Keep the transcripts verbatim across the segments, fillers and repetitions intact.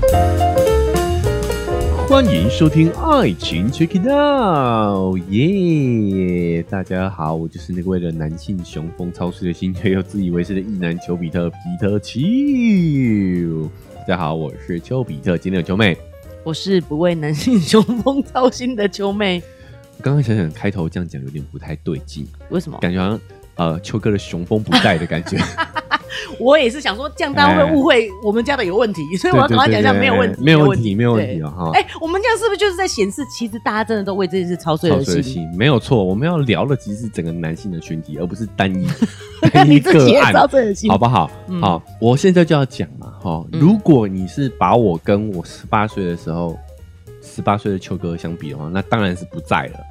欢迎收听爱情 Check It Out， 耶、yeah ！大家好，我就是那个为了男性雄风操碎了心却又自以为是的异男丘比特皮特丘。大家好，我是丘比特，今天有丘妹， 我是不为男性雄风操心的丘妹。 我刚刚想想开头这样讲有点不太对劲， 为什么？ 感觉好像呃丘哥的雄风不在的感觉。 我也是想说，这样大家会误会我们家的有问题，欸、所以我要赶快讲一下没有问题， 没有问题，没有问题哦。 哎、欸，我们这样是不是就是在显示，其实大家真的都为这件事操碎了心？ 心没有错，我们要聊的其实是整个男性的群体，而不是单一单一个案， 操碎了心， 好不好？嗯、好，我现在就要讲嘛，哈、嗯，如果你是把我跟我十八岁的时候，十八岁的丘哥相比的话，那当然是不在了。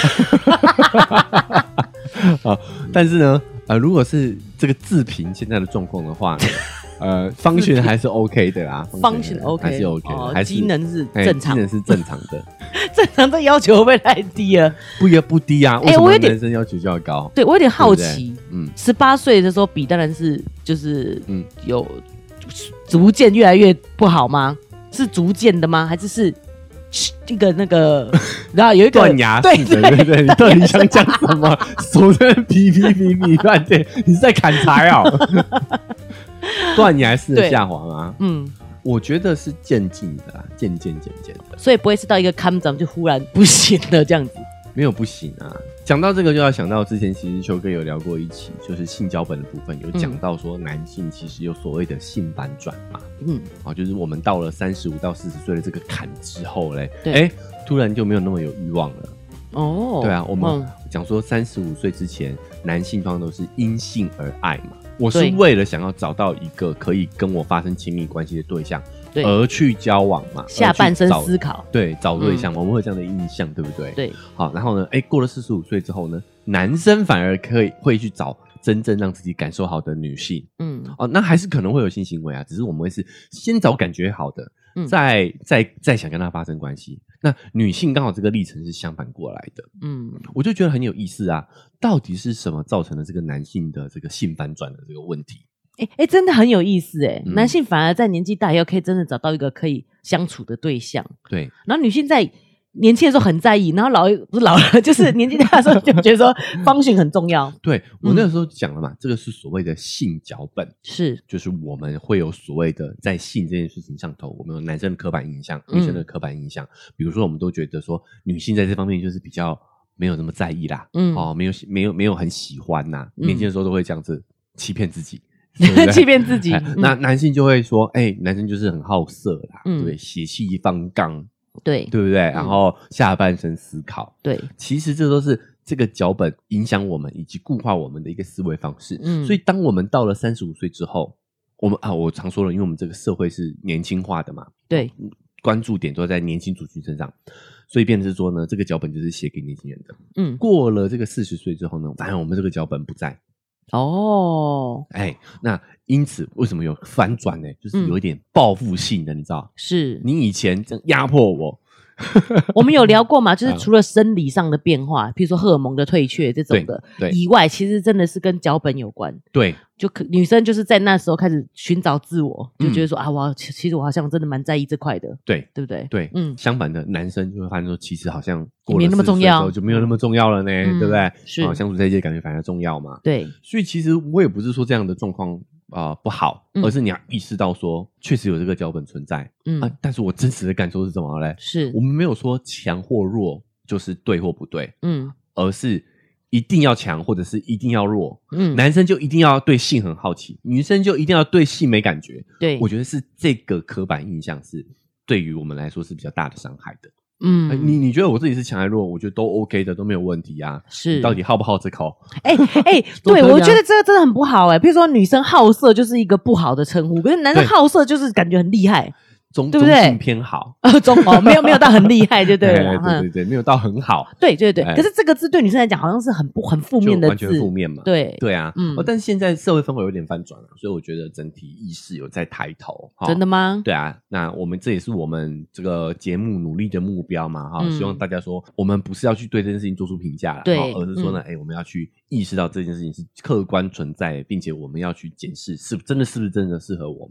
啊，但是呢。呃，如果是这个自评现在的状况的话呢，呃，方旋还是 OK 的啦， 方旋 OK 还是 OK 的， 哦、 还是机能是正常， 机能是正常的， 正常的要求会不会太低了？ 不也不低啊，为什么男生要求就要高？ 对我有点好奇， 对对嗯， 十八岁的时候比当然是就是嗯有逐渐越来越不好吗？是逐渐的吗？还是是？这个那个，然后有一个断崖式的，对对对，你到底想讲什么？手在噼噼噼噼乱电，你是在砍柴哦？断崖式的下滑吗？嗯，我觉得是渐进的啦，渐渐渐渐的， 所以不会是到一个坎站就忽然不行了这样子。 没有不行啊！讲到这个，就要想到之前其实丘哥有聊过一期，就是性脚本的部分，有讲到说男性其实有所谓的性反转嘛，嗯，啊，就是我们到了三十五到四十岁的这个坎之后嘞，哎、欸，突然就没有那么有欲望了。哦，对啊，我们讲说三十五岁之前，男性通常都是因性而爱嘛，我是为了想要找到一个可以跟我发生亲密关系的对象。而去交往嘛， 下半身思考， 对，找对象嘛、嗯，我们会有这样的印象，对不对？ 对， 好，然后呢，哎，过了四十五岁之后呢，男生反而可以会去找真正让自己感受好的女性，嗯，哦，那还是可能会有性行为啊，只是我们会是先找感觉好的，嗯，再再再想跟他发生关系。那女性刚好这个历程是相反过来的，嗯，我就觉得很有意思啊，到底是什么造成了这个男性的这个性反转的这个问题？ 哎、欸、哎、欸，真的很有意思哎、嗯！男性反而在年纪大以后，可以真的找到一个可以相处的对象。 对， 然后女性在年轻的时候很在意，然后老不是老了，就是年纪大的时候就觉得说方旋很重要。 对，我那个时候讲了嘛、嗯，这个是所谓的性脚本， 是就是我们会有所谓的在性这件事情上头，我们有男生的刻板印象，女生的刻板印象。嗯、比如说，我们都觉得说女性在这方面就是比较没有那么在意啦，嗯，哦，没有没有没有很喜欢呐、嗯，年轻的时候都会这样子欺骗自己。 欺骗自己、 嗯，那男性就会说，哎、欸，男生就是很好色啦，嗯、对，血气方刚， 对， 对不对？嗯、然后下半身思考， 对， 其实这都是这个脚本影响我们以及固化我们的一个思维方式。嗯，所以当我们到了三十五岁之后，我们啊，我常说了，因为我们这个社会是年轻化的嘛， 对， 关注点都在年轻族群身上，所以变成是说呢，这个脚本就是写给年轻人的。嗯，过了这个四十岁之后呢，当然我们这个脚本不在。哦，哎，那因此为什么有反转呢？就是有一点报复性的，嗯、你知道？ 是你以前这样压迫我， 我们有聊过嘛？就是除了生理上的变化，譬如说荷尔蒙的退却这种的以外，其实真的是跟脚本有关。 对， 就可女生就是在那时候开始寻找自我，就觉得说、嗯、啊，我其实我好像真的蛮在意这块的， 对， 对不对？ 对，嗯，相反的，男生就会发现说，其实好像过了没那么重要， 就没有那么重要了呢，嗯、对不对？ 是、 啊，相处在一起感觉反而重要嘛。 对， 所以其实我也不是说这样的状况啊、呃、不好、嗯，而是你要意识到说，确实有这个脚本存在，嗯啊，但是我真实的感受是什么嘞？ 是我们没有说强或弱就是对或不对，嗯，而是一定要强或者是一定要弱，嗯，男生就一定要对性很好奇，女生就一定要对性没感觉， 对， 我觉得是这个刻板印象是对于我们来说是比较大的伤害的。嗯，欸、你你觉得我自己是强还弱？我觉得都 OK 的，都没有问题啊。 是， 你到底好不好这口？ 哎、欸、哎、欸，对、啊，我觉得这个真的很不好哎、欸。比如说女生好色就是一个不好的称呼，可是男生好色就是感觉很厉害。 中对不对？中性偏好， 呃，中哦，没有没有到很厉害，就对了， 对对对，没有到很好， 对对对。可是这个字对女生来讲，好像是很不很负面的字， 完全负面嘛。 对对啊，嗯、哦。但是现在社会氛围有点翻转了，所以我觉得整体意识有在抬头。哦、 真的吗？ 对啊，那我们这也是我们这个节目努力的目标嘛，哈、嗯，希望大家说，我们不是要去对这件事情做出评价啦， 对， 而是说呢，哎、嗯欸，我们要去意识到这件事情是客观存在的，并且我们要去检视是真的是不是真的适合我们。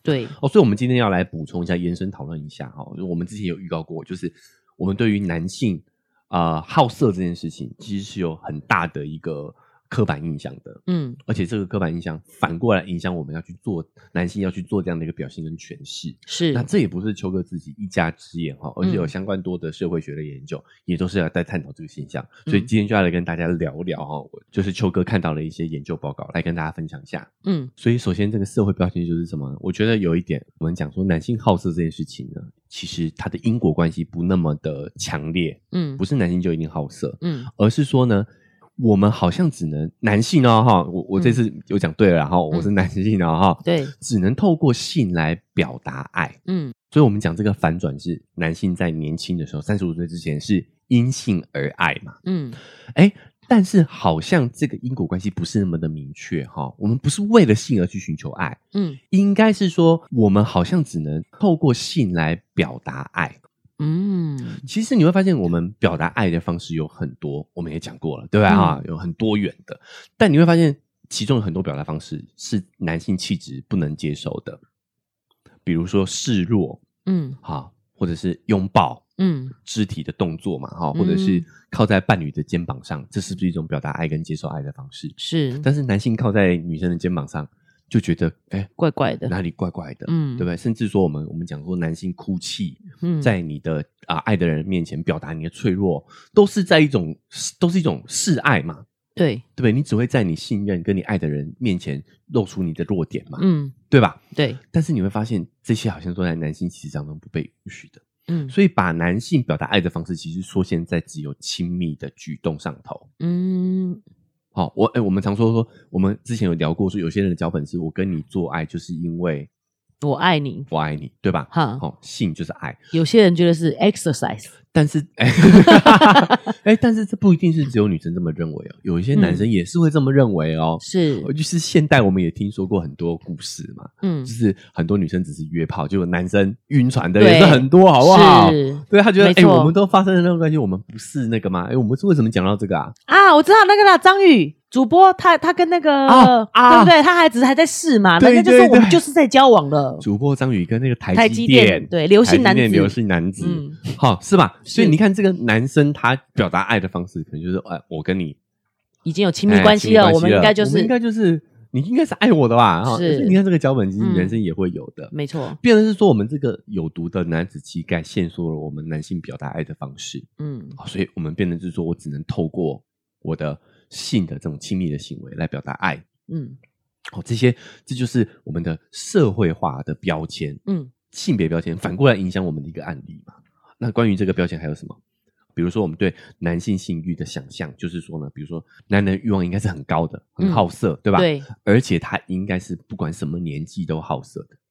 对哦，所以我们今天要来补充一下，延伸讨论一下哈、哦。我们之前有预告过，就是我们对于男性啊、呃、好色这件事情，其实是有很大的一个刻板印象的，嗯，而且这个刻板印象反过来影响我们要去做男性要去做这样的一个表现跟诠释。 是， 那这也不是邱哥自己一家之言哈，而且有相关多的社会学的研究，嗯、也都是要在探讨这个现象。所以今天就要来跟大家聊聊哈，就是邱哥看到了一些研究报告，来跟大家分享一下。嗯，所以首先这个社会标签就是什么呢？我觉得有一点，我们讲说男性好色这件事情呢，其实它的因果关系不那么的强烈。嗯，不是男性就一定好色，嗯，而是说呢。我们好像只能男性哦哈，我我这次有讲对了哈、嗯，我是男性哦哈、嗯， 对， 只能透过性来表达爱，嗯，所以我们讲这个反转是男性在年轻的时候，三十五岁之前是因性而爱嘛，嗯，哎，但是好像这个因果关系不是那么的明确哈，我们不是为了性而去寻求爱，嗯，应该是说我们好像只能透过性来表达爱。嗯，其实你会发现我们表达爱的方式有很多，我们也讲过了，对吧？哈、嗯，有很多元的，但你会发现其中有很多表达方式是男性气质不能接受的，比如说示弱，嗯，哈，或者是拥抱，嗯，肢体的动作嘛，哈，或者是靠在伴侣的肩膀上，这是不是一种表达爱跟接受爱的方式？是，但是男性靠在女生的肩膀上。就觉得哎、欸， 怪怪的， 哪里怪怪的，嗯，对不对？甚至说我们我们讲说男性哭泣，嗯，在你的啊、呃、爱的人面前表达你的脆弱，都是在一种都是一种示爱嘛， 对， 对不对？你只会在你信任跟你爱的人面前露出你的弱点嘛，嗯，对吧？ 对。 但是你会发现这些好像都在男性气质当中不被允许的，嗯，所以把男性表达爱的方式，其实说现在只有亲密的举动上头，嗯。好、哦，我哎，我们常说说，我们之前有聊过，说有些人的脚本是我跟你做爱，就是因为我爱你， 我爱你，对吧？哈，好、哦，性就是爱。 有些人觉得是 exercise， 但是哎，哎，但是这不一定是只有女生这么认为哦，有一些男生也是会这么认为哦。 是、 嗯，就是现代我们也听说过很多故事嘛，嗯，就是很多女生只是约炮，结果男生晕船的也是很多，好不好？是，对，他觉得哎、欸，我们都发生了那种关系，我们不是那个吗？哎、欸，我们是为什么讲到这个啊？ 啊，我知道那个啦，张宇。主播他他跟那个、啊啊、对不对？他还只是还在试嘛，人家就说我们就是在交往了。 主播张宇跟那个台积电， 台积电对刘姓男子， 刘姓男子，嗯，好是吧？所以你看这个男生他表达爱的方式，可能就是哎，我跟你已经有亲密关系了，我们应该就是， 我们应该就是你应该是爱我的吧？是，你看这个脚本其实人生也会有的， 嗯、没错。 变成是说我们这个有毒的男子气概限缩了我们男性表达爱的方式，嗯，所以我们变成是说我只能透过我的。性的这种亲密的行为来表达爱，嗯，哦，这些这就是我们的社会化的标签，嗯，性别标签反过来影响我们的一个案例嘛。那关于这个标签还有什么？比如说我们对男性性欲的想象，就是说呢，比如说男人的欲望应该是很高的，很好色，嗯、对吧？ 对， 而且他应该是不管什么年纪都好色的。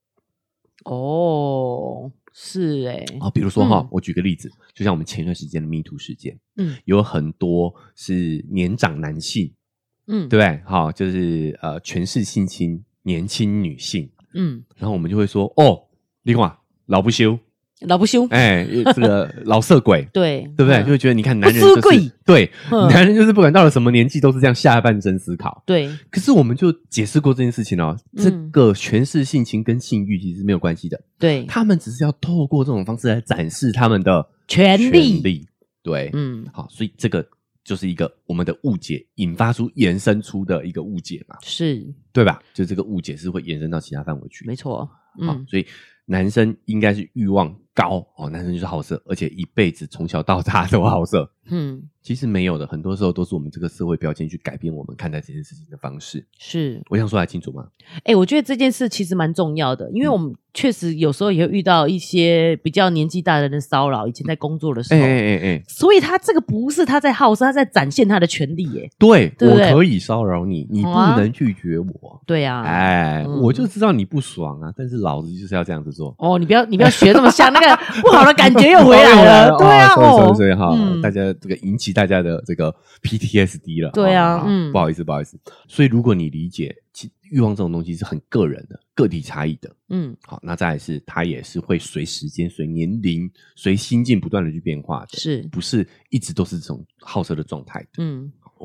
哦。是哎、欸， 哦，比如说哈、嗯，我举个例子，就像我们前段时间的 Me Too 事件，嗯，有很多是年长男性，嗯，对不对？好，就是呃，权势性侵年轻女性，嗯，然后我们就会说，哦，你看老不休， 老不休， 哎，这个老色鬼， 对， 对不对？就会觉得你看男人就是对，男人就是不管到了什么年纪都是这样下半身思考， 对。 可是我们就解释过这件事情哦，嗯、这个权势性侵跟性欲其实是没有关系的， 对， 他们只是要透过这种方式来展示他们的权利， 权利对，嗯，好，所以这个就是一个我们的误解引发出延伸出的一个误解嘛， 是， 对吧？就这个误解是会延伸到其他范围去， 没错，嗯， 好，所以男生应该是欲望高哦，男生就是好色，而且一辈子从小到大都好色。嗯，其实没有的，很多时候都是我们这个社会标签去改变我们看待这件事情的方式。 是， 我想说还清楚吗？ 哎、欸，我觉得这件事其实蛮重要的，因为我们确实有时候也会遇到一些比较年纪大的人的骚扰，以前在工作的时候，哎哎哎，所以他这个不是他在好色，他在展现他的权利耶。 对， 对对我可以骚扰你，你不能拒绝我。啊对啊， 哎、嗯，我就知道你不爽啊，但是老子就是要这样子做。 哦，你不要你不要学这么像，那个不好的感觉又回来了。对啊， 哦，所以哈、嗯，大家这个引起大家的这个 P T S D 了。 对啊，嗯， 不好意思，不好意思。所以如果你理解，其欲望这种东西是很个人的、个体差异的。嗯，好，那再来是它也是会随时间、随年龄、随心境不断的去变化的， 是不是一直都是这种好色的状态的？嗯，我们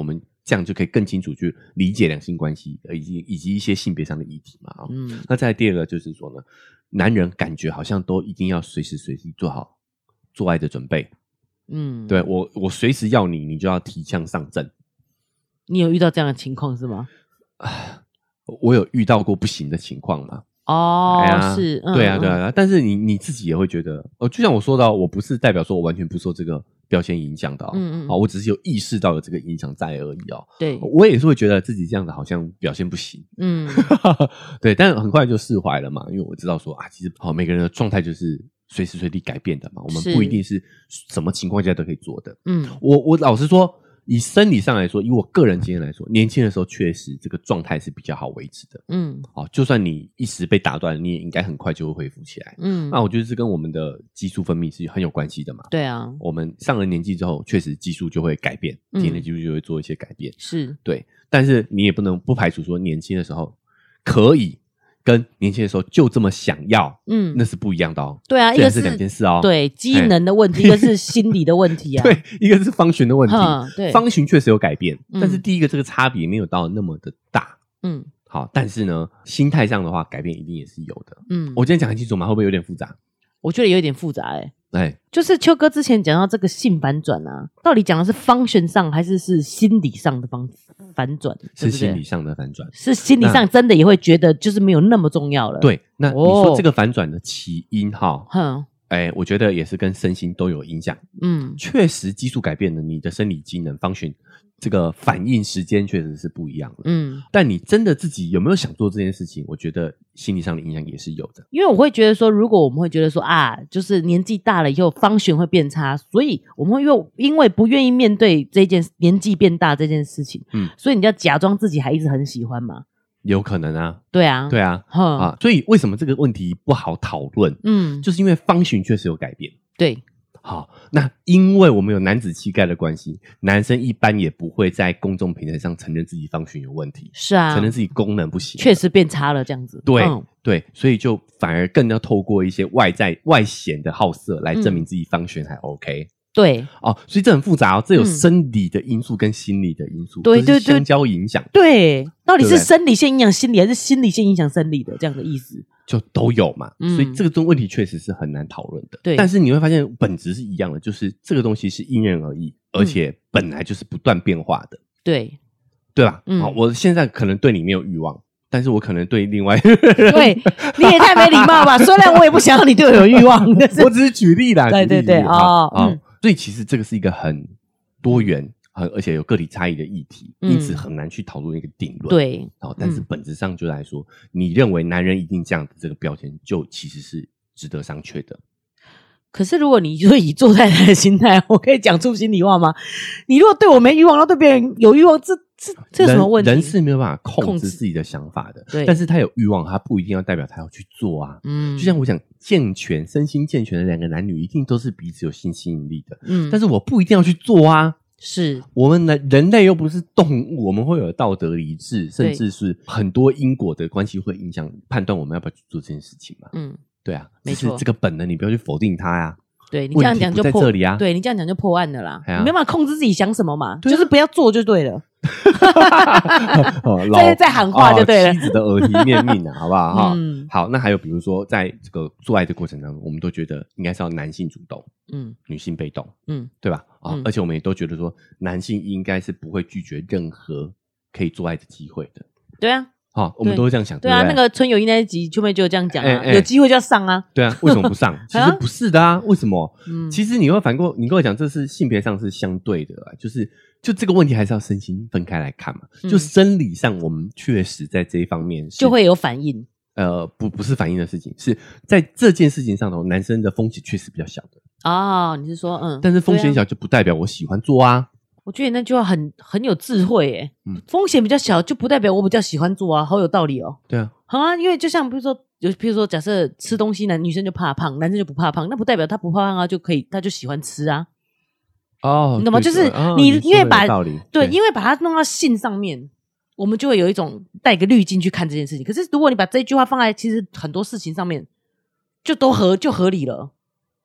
这样就可以更清楚去理解两性关系以及以及一些性别上的议题嘛、哦、嗯，那再来第二个就是说呢，男人感觉好像都一定要随时随地做好做爱的准备。嗯，对，我我随时要你，你就要提枪上阵。 你有遇到这样的情况是吗？ 我有遇到过不行的情况嘛。 哦，哎、是、 嗯，对啊对啊，但是你你自己也会觉得，哦，就像我说到，我不是代表说我完全不受这个标签影响的哦，嗯嗯，哦，我只是有意识到有这个影响在而已哦。 对， 我也是会觉得自己这样子好像表现不行，嗯，对，但很快就释怀了嘛，因为我知道说啊，其实好、哦、每个人的状态就是随时随地改变的嘛，我们不一定是什么情况下都可以做的。嗯，我我老实说。以生理上来说，以我个人经验来说，年轻的时候确实这个状态是比较好维持的。嗯，哦，就算你一时被打断，你也应该很快就会恢复起来。嗯，那我觉得这跟我们的激素分泌是很有关系的嘛。 对啊， 我们上了年纪之后，确实激素就会改变，体内激素就会做一些改变。 是， 对，但是你也不能不排除说年轻的时候可以。跟年轻的时候就这么想要，嗯，那是不一样的哦。 对啊，一个是两件事哦。 对，机能的问题，一个是心理的问题啊。 对，一个是方循的问题。 对， 方循确实有改变，嗯、但是第一个这个差别没有到那么的大。嗯，好，但是呢，心态上的话，改变一定也是有的。嗯，我今天讲很清楚吗？会不会有点复杂？ 我觉得有点复杂、欸，哎， 哎， 就是邱哥之前讲到这个性反转啊，到底讲的是方旋上还是是心理上的方反转？ 是心理上的反转， 是心理上真的也会觉得就是没有那么重要了。 对，那你说这个反转的起因哈，哼，哎，我觉得也是跟身心都有影响。嗯，确实激素改变了你的生理机能，方旋这个反应时间确实是不一样的。嗯，但你真的自己有没有想做这件事情？我觉得心理上的影响也是有的。 因为我会觉得说，如果我们会觉得说啊，就是年纪大了以后方旋会变差，所以我们会又因为不愿意面对这件年纪变大这件事情，嗯，所以你要假装自己还一直很喜欢嘛。 有可能啊， 对啊， 对啊，啊，所以为什么这个问题不好讨论？嗯，就是因为方旋确实有改变。 对。 好，那因为我们有男子气概的关系，男生一般也不会在公众平台上承认自己方旋有问题。 是啊， 承认自己功能不行， 确实变差了这样子。 对、嗯、对，所以就反而更要透过一些外在外显的好色来证明自己方旋还 OK。嗯， 对哦，所以这很复杂哦，这有生理的因素跟心理的因素， 对对对， 相交影响。 对，到底是生理先影响心理，还是心理先影响生理的这样的意思？ 就都有嘛，嗯、所以这个东问题确实是很难讨论的。对，但是你会发现本质是一样的，就是这个东西是因人而异，而且本来就是不断变化的。 对， 对吧？嗯、哦，我现在可能对你没有欲望。但是我可能对另外对你也太没礼貌吧！虽然我也不想要你对我有欲望，但是我只是举例啦。 对对对，哦， 嗯，所以其实这个是一个很多元、很而且有个体差异的议题，因此很难去讨论一个定论。 对， 哦，但是本质上就来说，你认为男人一定这样子这个标签，就其实是值得商榷的。 可是如果你就以做太太的心态，我可以讲出心里话吗？你如果对我没欲望，然后对别人有欲望，这这这有什么问题？ 人是没有办法控制自己的想法的，对。但是他有欲望，他不一定要代表他要去做啊。嗯，就像我讲，健全、身心健全的两个男女，一定都是彼此有性吸引力的。嗯，但是我不一定要去做啊。 是我们人人类又不是动物，我们会有道德理智，甚至是很多因果的关系会影响判断我们要不要去做这件事情嘛。嗯。对啊，没错，这个本能你不要去否定它呀、啊。 对你这样讲就破在这里啊， 对你这样讲就破案了啦。啊、你没办法控制自己想什么嘛，啊、就是不要做就对了。 哦、 在在喊话就对了， 哦、妻子的耳提面命啊，好不好？哈、嗯，好，那还有比如说，在这个做爱的过程当中，我们都觉得应该是要男性主动，嗯，女性被动，嗯，对吧？啊、哦嗯，而且我们也都觉得说，男性应该是不会拒绝任何可以做爱的机会的。 对啊。 好、哦，我们都会这样想， 对啊， 对对那个春友一那一集，秋妹就这样讲啊、欸欸，有机会就要上啊。 对啊，为什么不上？其实不是的啊，为什么？嗯，其实你会反过，你跟我讲，这是性别上是相对的啊，就是就这个问题还是要身心分开来看嘛。嗯、就生理上，我们确实在这一方面是就会有反应。 呃，不，不是反应的事情，是在这件事情上头，男生的风险确实比较小的。 哦，你是说，嗯， 但是风险小就不代表我喜欢做啊。 我觉得那句话很很有智慧耶、嗯，风险比较小，就不代表我比较喜欢做啊，好有道理哦。 对啊， 好啊，因为就像比如说，有比如说，假设吃东西，男女生就怕胖，男生就不怕胖，那不代表他不怕胖啊，就可以，他就喜欢吃啊。 哦， 你懂吗？就是哦、 你因为把道理对，因为把它弄到性上面，我们就会有一种带个滤镜去看这件事情。可是如果你把这句话放在其实很多事情上面，就都合就合理了。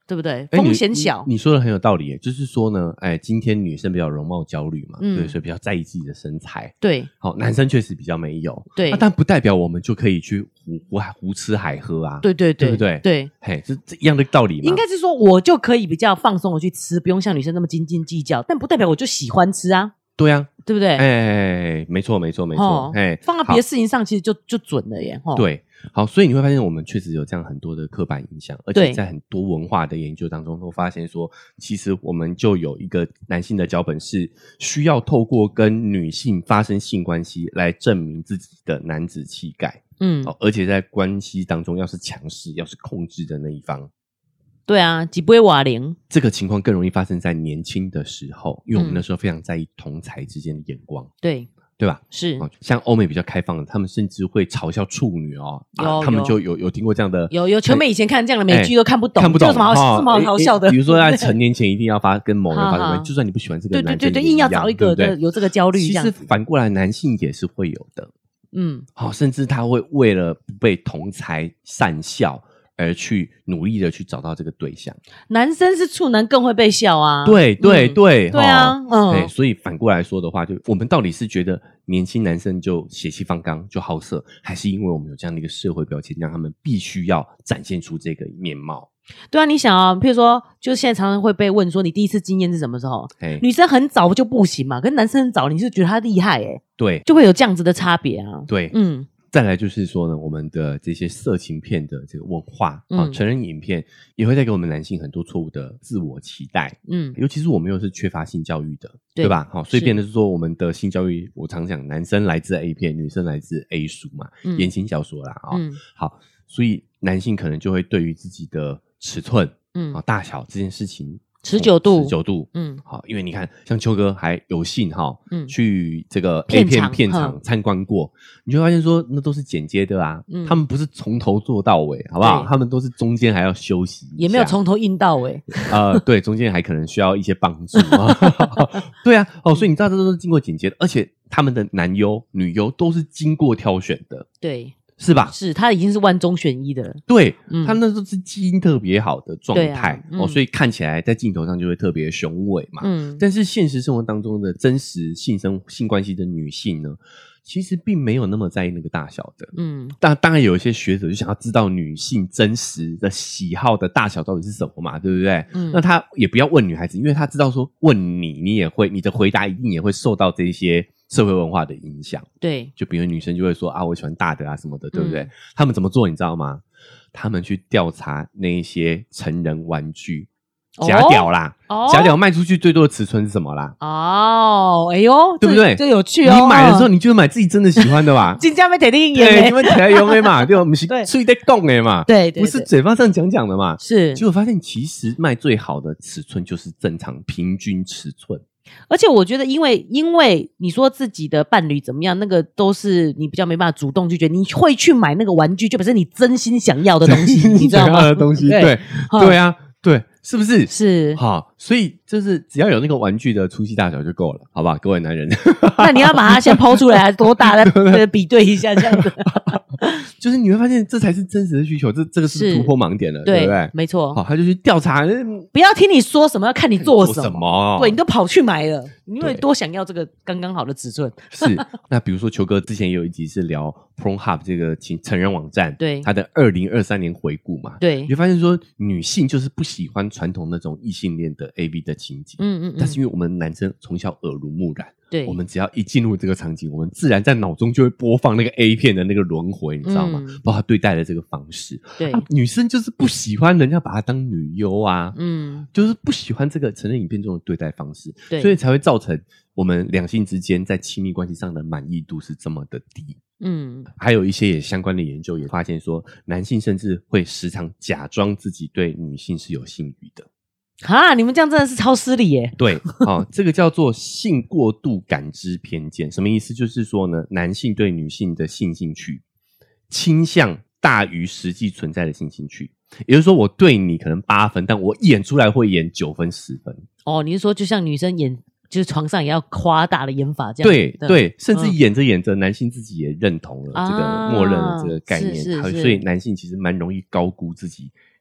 对不对？风险小。 你, 你说的很有道理耶，就是说呢，哎，今天女生比较容貌焦虑嘛，嗯、对，所以比较在意自己的身材。 对， 好，男生确实比较没有。 对， 啊、但不代表我们就可以去胡胡胡吃海喝啊。 对对对， 对不对？ 对， 嘿，是这样的道理吗？ 应该是说，我就可以比较放松的去吃，不用像女生那么斤斤计较，但不代表我就喜欢吃啊。 对啊， 对不对？ 哎，没错，没错，没错。哎， 放到别的事情上，其实就就准了耶。 对，好，所以你会发现，我们确实有这样很多的刻板印象，而且在很多文化的研究当中，都发现说，其实我们就有一个男性的脚本是需要透过跟女性发生性关系来证明自己的男子气概。嗯，而且在关系当中，要是强势，要是控制的那一方。 对啊，几杯瓦零， 这个情况更容易发生在年轻的时候，因为我们那时候非常在意同才之间的眼光， 对对吧？ 是， 像欧美比较开放的，他们甚至会嘲笑处女哦， 有啊、他们就有有听过这样的， 有有球妹以前看这样的美剧都看不懂， 看不懂， 有什么好什么好好笑的？ 比如说在成年前一定要发跟某人发生关系，就算你不喜欢这个男生， 对对对对，硬要找一个对有这个焦虑， 其实反过来男性也是会有的， 嗯， 好，甚至他会为了不被同才讪笑。而去努力的去找到这个对象， 男生是处男更会被笑啊， 对对对、 嗯、对啊，嗯， 对，所以反过来说的话，就我们到底是觉得年轻男生就血气方刚就好色，还是因为我们有这样的一个社会标签，让他们必须要展现出这个面貌？ 对啊，你想啊，譬如说，就是现在常常会被问说，你第一次经验是什么时候？女生很早就不行嘛，跟男生很早，你是觉得他厉害哎， 对， 就会有这样子的差别啊， 对，嗯。再来就是说呢，我们的这些色情片的这个文化、嗯、啊，成人影片也会带给我们男性很多错误的自我期待，嗯，尤其是我们又是缺乏性教育的， 对, 对吧？好，所以变得是说我们的性教育，我常讲，男生来自 A 片，女生来自 A 书嘛，嗯、言情小说啦，啊、哦嗯，好，所以男性可能就会对于自己的尺寸，嗯，啊，大小这件事情。 持久度， 持久度，嗯，好，因为你看，像秋哥还有幸哈，嗯，去这个 A 片片场参观过，你就会发现说，那都是剪接的啊，嗯，他们不是从头做到尾，好不好？他们都是中间还要休息， 也没有从头硬到尾， 呃，对，中间还可能需要一些帮助啊，对啊，哦，所以你知道这都是经过剪接的，而且他们的男优、女优都是经过挑选的， 对。 是吧？ 是，他已经是万中选一的了。 对，嗯、他那都是基因特别好的状态、啊嗯、哦，所以看起来在镜头上就会特别雄伟嘛。嗯，但是现实生活当中的真实性生性关系的女性呢，其实并没有那么在意那个大小的。嗯，但当然有一些学者就想要知道女性真实的喜好的大小到底是什么嘛，对不对？嗯，那他也不要问女孩子，因为他知道说问你，你也会你的回答一定也会受到这些。社会文化的影响， 对， 就比如女生就会说啊，我喜欢大的啊什么的，对不对？嗯、他们怎么做你知道吗？他们去调查那一些成人玩具、哦、假屌啦，哦、假屌卖出去最多的尺寸是什么啦？ 哦，哎呦， 对不对？ 这有趣哦！ 你买的时候，你就买自己真的喜欢的吧？ 金价没铁定对，你们铁定用的嘛，对吧？我们是嘴在讲的嘛， 对，对， 不是嘴巴上讲讲的嘛。 是， 结果发现其实卖最好的尺寸就是正常平均尺寸。 而且我觉得因为因为你说自己的伴侣怎么样，那个都是你比较没办法主动拒绝，你会去买那个玩具就本身你真心想要的东西你知道吗？ 的东西对对, 对啊对，是不是？ 是， 好，所以就是只要有那个玩具的粗细大小就够了，好吧，各位男人。 那你要把它先抛出来，还是多大再比对一下这样子。 就是你会发现这才是真实的需求，这这个是突破盲点了， 对, 对不对？ 没错。 好，他就去调查， 不要听你说什么，要看你做什么。 什么对，你都跑去买了，因为多想要这个刚刚好的尺寸。 是，那比如说球哥之前也有一集是聊 Pornhub 这个成人网站， 对他的二零二三年回顾嘛， 对， 你就发现说女性就是不喜欢传统那种异性恋的 A V 的情景，嗯 嗯, 嗯，但是因为我们男生从小耳濡目染。 对， 我们只要一进入这个场景，我们自然在脑中就会播放那个 A 片的那个轮回，你知道吗？嗯、包括他对待的这个方式。 对、 啊，女生就是不喜欢人家把她当女优啊，嗯，就是不喜欢这个成人影片中的对待方式， 对， 所以才会造成我们两性之间在亲密关系上的满意度是这么的低。嗯，还有一些也相关的研究也发现说，男性甚至会时常假装自己对女性是有性欲的。 哈，你们这样真的是超失礼耶！ 对，哦，这个叫做性过度感知偏见，什么意思？就是说呢，男性对女性的性兴趣倾向大于实际存在的性兴趣，也就是说，我对你可能八分，但我演出来会演九分、十分。 哦，你是说就像女生演，就是床上也要夸大的演法这样？ 对对，甚至演着演着，嗯、男性自己也认同了这个、啊、默认了这个概念， 是是是， 所以男性其实蛮容易高估自己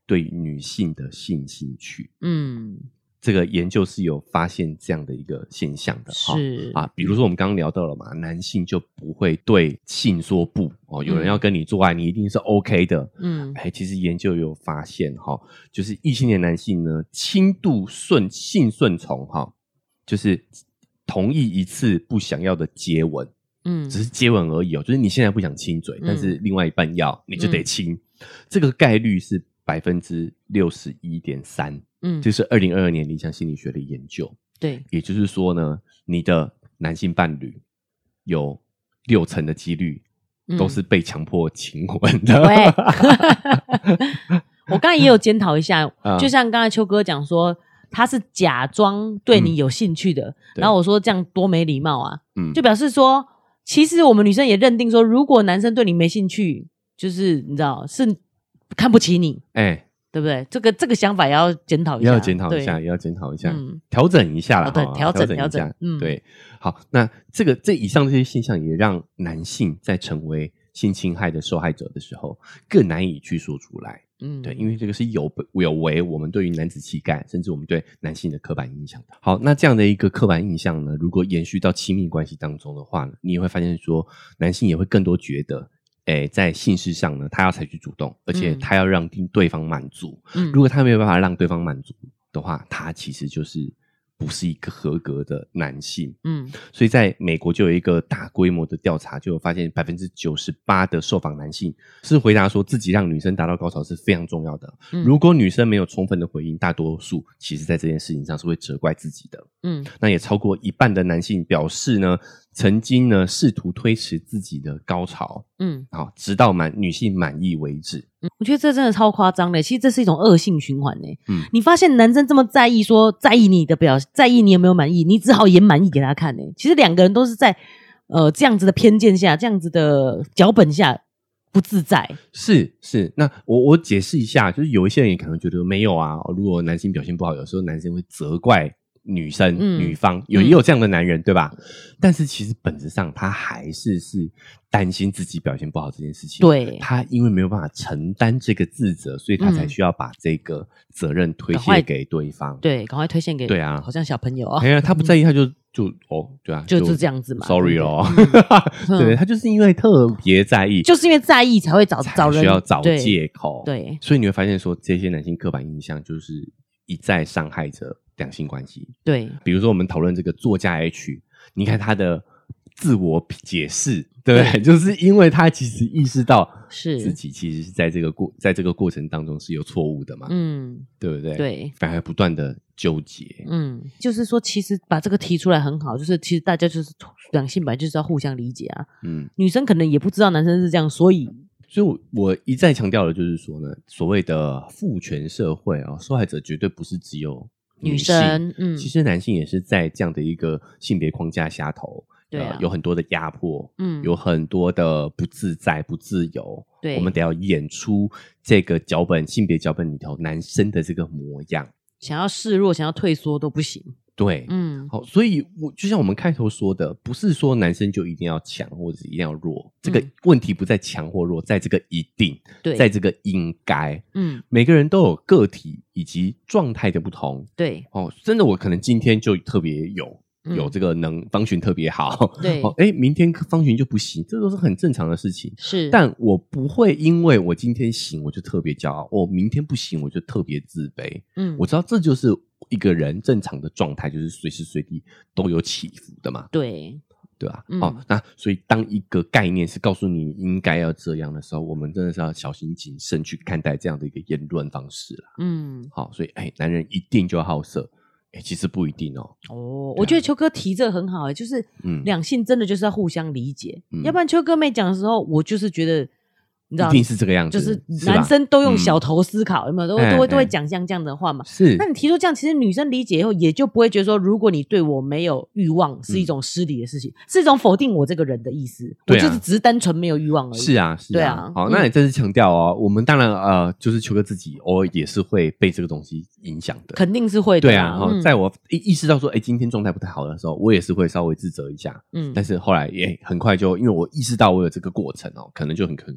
对女性的性兴趣。 嗯， 这个研究是有发现这样的一个现象的。 是啊，比如说我们刚刚聊到了嘛，男性就不会对性说不哦，有人要跟你做爱，嗯、你一定是 OK 的。嗯，哎，其实研究有发现哈，就是异性恋男性呢，轻度顺性顺从哈，就是同意一次不想要的接吻。嗯，只是接吻而已哦，就是你现在不想亲嘴，嗯、但是另外一半要，你就得亲。嗯、这个概率是百分之六十一点三。嗯，这是二零二二年理想心理学的研究。 对， 也就是说呢，你的男性伴侣有六成的几率都是被强迫亲吻的。 嗯、我刚才也有检讨一下，嗯、就像刚才邱哥讲说，他是假装对你有兴趣的，嗯、然后我说这样多没礼貌啊，嗯，就表示说，其实我们女生也认定说，如果男生对你没兴趣，就是你知道是看不起你，哎、欸。对不对？这个这个想法也要检讨一下， 也要检讨一下，也要检讨一下，调、嗯、整一下啦。 对，调整调整，嗯， 对。好，那这个这以上这些现象也让男性在成为性侵害的受害者的时候更难以去说出来。嗯，对，因为这个是有有违我们对于男子气概，甚至我们对男性的刻板印象的。好，那这样的一个刻板印象呢，如果延续到亲密关系当中的话呢，你也会发现说，男性也会更多觉得。诶，在性事上呢，他要采取主动，而且他要让对方满足。嗯，如果他没有办法让对方满足的话，他其实就是不是一个合格的男性。嗯，所以在美国就有一个大规模的调查，就有发现 百分之九十八 的受访男性是回答说自己让女生达到高潮是非常重要的。嗯，如果女生没有充分的回应，大多数其实在这件事情上是会责怪自己的。嗯，那也超过一半的男性表示呢，曾经呢试图推迟自己的高潮，嗯，好，直到满女性满意为止。 嗯，我觉得这真的超夸张的，其实这是一种恶性循环耶。嗯，你发现男生这么在意说在意你的表，在意你有没有满意，你只好演满意给他看耶。其实两个人都是在呃这样子的偏见下，这样子的脚本下不自在。 是是，那我我解释一下，就是有一些人也可能觉得没有啊，如果男性表现不好，有时候男生会责怪女生、嗯、女方有也有这样的男人，对吧？但是其实本质上他还是是担心自己表现不好这件事情。 对， 他因为没有办法承担这个自责，所以他才需要把这个责任推卸给对方。 对，赶快推卸给对啊， 好像小朋友啊。 哎呀，他不在意，他就就哦，对啊， 就是这样子嘛。 Sorry 咯，嗯、对，他就是因为特别在意， 就是因为在意才会找找人需要找借口。 对， 所以你会发现说，这些男性刻板印象就是一再伤害着两性关系。 对，比如说我们讨论这个作家 H， 你看他的自我解释，对不对？就是因为他其实意识到是自己其实是在这个过在这个过程当中是有错误的嘛，嗯，对不对？ 对， 反而不断的纠结。 嗯，就是说，其实把这个提出来很好，就是其实大家就是两性本来就是要互相理解啊。嗯，女生可能也不知道男生是这样，所以。 所以我一再强调的就是说呢，所谓的父权社会啊，受害者绝对不是只有女生，嗯， 其实男性也是在这样的一个性别框架下头， 对啊、 呃，有很多的压迫，嗯，有很多的不自在、不自由， 对， 我们得要演出这个脚本，性别脚本里头男生的这个模样， 想要示弱、想要退缩都不行。 对，嗯，好，所以我就像我们开头说的，不是说男生就一定要强或者是一定要弱，这个问题不在强或弱，在这个一定， 对， 在这个应该，嗯，每个人都有个体以及状态的不同， 对， 哦，真的我可能今天就特别有。有这个能方群特别好， 对， 哦，哎，明天方群就不行，这都是很正常的事情。 是， 但我不会因为我今天行，我就特别骄傲；我明天不行，我就特别自卑。嗯，我知道这就是一个人正常的状态，就是随时随地都有起伏的嘛。 对， 对吧？嗯、哦，那所以当一个概念是告诉你应该要这样的时候，我们真的是要小心谨慎去看待这样的一个言论方式啦。嗯，好，所以哎，男人一定就要好色。欸、其实不一定哦。 哦，我觉得邱哥提这个很好、欸，就是两性真的就是要互相理解，嗯、要不然邱哥妹讲的时候，我就是觉得。你知道一定是这个样子， 就是男生都用小头思考，嗯、有没有都都会都会讲像这样的话嘛？ 是。 那你提出这样，其实女生理解以后，也就不会觉得说，如果你对我没有欲望，是一种失礼的事情，嗯、是一种否定我这个人的意思。啊、我就是只是单纯没有欲望而已。 是啊，是啊。 对啊。 好，那你再次强调哦，我们当然呃，就是邱哥自己偶尔也是会被这个东西影响的， 肯定是会的。 对啊，嗯、在我意识到说，哎，今天状态不太好的时候，我也是会稍微自责一下。嗯。但是后来也很快就，因为我意识到我有这个过程哦，可能就很很快可以从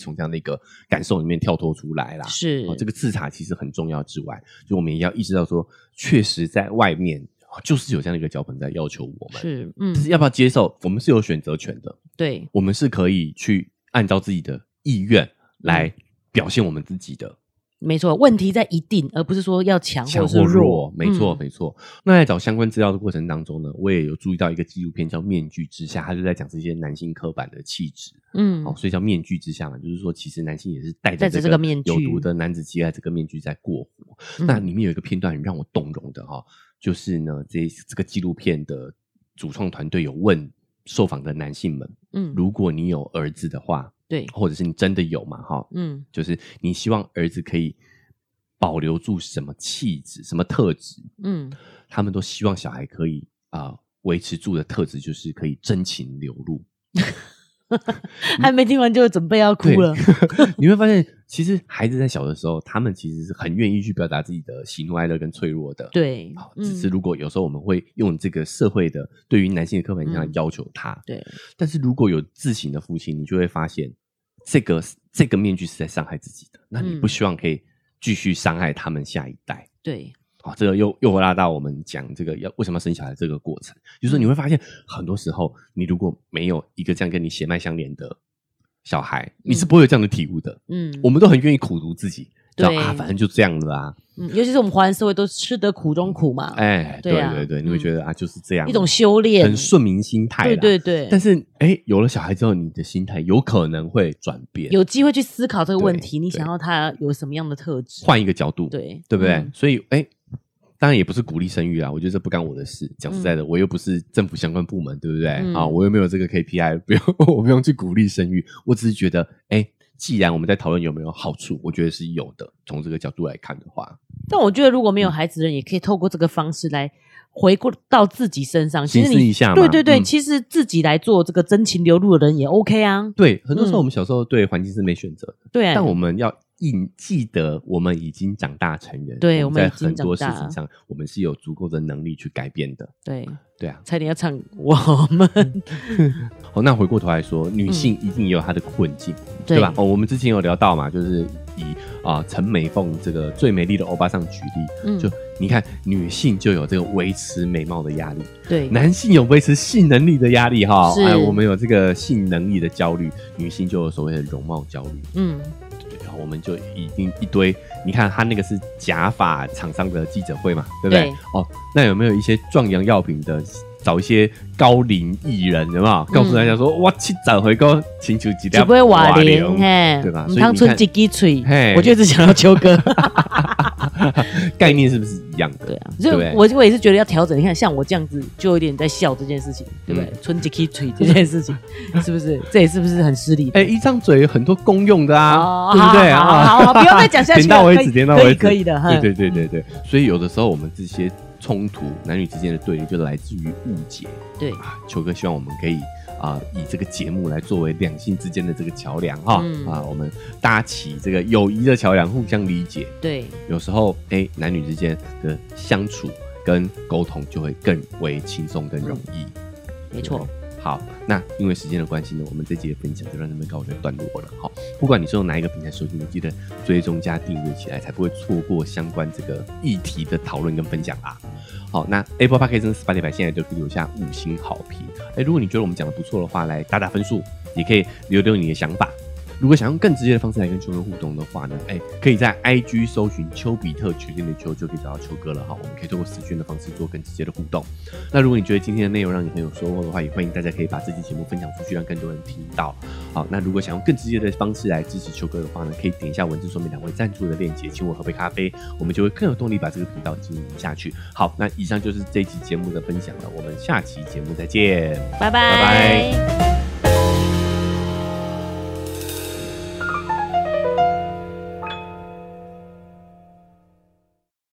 从这样的一个感受里面跳脱出来啦。 是、 哦、这个自查其实很重要之外，就我们也要意识到说，确实在外面就是有这样的一个脚本在要求我们， 是，嗯， 但是要不要接受，我们是有选择权的。 对， 我们是可以去按照自己的意愿来表现我们自己的。嗯， 没错，问题在一定，而不是说要强或是 弱, 弱没错、嗯、没错。那在找相关资料的过程当中呢，我也有注意到一个纪录片叫《面具之下》，他就在讲这些男性刻板的气质。嗯、哦，所以叫面具之下嘛，就是说其实男性也是戴着这个有毒的男子气概这个面具在过活。嗯、那里面有一个片段很让我动容的哈、哦，就是呢，这这个纪录片的主创团队有问受访的男性们，嗯，如果你有儿子的话，对，或者是你真的有嘛，哈，嗯，就是你希望儿子可以保留住什么气质、什么特质，嗯，他们都希望小孩可以啊、呃、维持住的特质就是可以真情流露。 还没听完就准备要哭了。 你会发现其实孩子在小的时候他们其实是很愿意去表达自己的喜怒哀乐跟脆弱的， 对、 嗯、只是如果有时候我们会用这个社会的对于男性的刻板印象来要求他、嗯、对，但是如果有自省的父亲，你就会发现这个这个面具是在伤害自己的，那你不希望可以继续伤害他们下一代、嗯、对。哦，这个又又会拉到我们讲这个要为什么要生小孩这个过程，就是说你会发现很多时候你如果没有一个这样跟你血脉相连的小孩、嗯、你是不会有这样的体悟的。嗯，我们都很愿意苦读自己，对啊，反正就这样了啊。 嗯，尤其是我们华人社会都吃得苦中苦嘛。哎， 对啊，对对对，你会觉得、嗯、啊就是这样， 一种修炼， 很顺民心态啦。 对对对。 但是哎，有了小孩之后，你的心态有可能会转变， 有机会去思考这个问题，你想要他有什么样的特质， 换一个角度，对对不对？嗯、所以哎。当然也不是鼓励生育啦，我觉得这不干我的事。讲实在的、嗯，我又不是政府相关部门，对不对？嗯、啊，我又没有这个 K P I， 不用，我不用去鼓励生育。我只是觉得，哎，既然我们在讨论有没有好处，我觉得是有的。从这个角度来看的话， 但我觉得如果没有孩子的人，也可以透过这个方式来回顾到自己身上，其实你审视一下嘛。 对对对、 嗯， 其实自己来做这个真情流露的人也 OK 啊。 对，很多时候我们小时候对环境是没选择的，对、啊，但我们要。记得我们已经长大成人， 对， 我们在很多事情上我们是有足够的能力去改变的。对对啊， 差点要唱我们。 好，那回过头来说，女性一定也有她的困境，嗯、对吧？哦，我们之前有聊到嘛，就是以啊陈、呃、美凤这个最美丽的欧巴桑举例，嗯，就你看女性就有这个维持美貌的压力，对，男性有维持性能力的压力哈，哎，我们有这个性能力的焦虑，女性就有所谓的容貌焦虑，嗯。我们就一定一堆，你看他那个是假发厂商的记者会嘛，对不对？对哦，那有没有一些壮阳药品的，找一些高龄艺人，有没有、嗯、告诉大家说，哇，去找回个请求几条瓦铃，对吧？所以你看，几滴嘴，我就一直想要秋哥， 概念是不是一样的？ 对啊，所以我我也是觉得要调整。你看，像我这样子，就有点在笑这件事情，对不对？春几滴嘴这件事情，是不是？这也是不是很失礼？ 哎、欸，一张嘴有很多功用的啊，哦、对不对啊？ 好好好，不要再讲下去了，点到为止，点到为止， 可以可以的。 对对对对对，所以有的时候我们这些冲突，男女之间的对立，就来自于误解。对啊，球哥希望我们可以啊、呃，以这个节目来作为两性之间的这个桥梁哈、嗯、啊，我们搭起这个友谊的桥梁，互相理解。对，有时候哎，男女之间的相处跟沟通就会更为轻松、更容易。嗯、没错。好，那因为时间的关系呢，我们这集的分享就让这边告一个段落了。好，不管你是用哪一个平台收听，你记得追踪加订阅起来，才不会错过相关这个议题的讨论跟分享啦。好，那 Apple Podcast 跟 Spotify 现在就可以留下五星好评。哎，如果你觉得我们讲的不错的话，来打打分数，也可以留留你的想法。如果想用更直接的方式来跟秋哥互动的话呢，哎，可以在 I G 搜寻丘比特决定的丘，就可以找到秋哥了哈。我们可以透过私讯的方式做更直接的互动。那如果你觉得今天的内容让你很有收获的话，也欢迎大家可以把这期节目分享出去，让更多人听到。好，那如果想用更直接的方式来支持秋哥的话呢，可以点一下文字说明两位赞助的链接，请我喝杯咖啡，我们就会更有动力把这个频道经营下去。好，那以上就是这一期节目的分享了，我们下期节目再见， 拜拜。拜拜。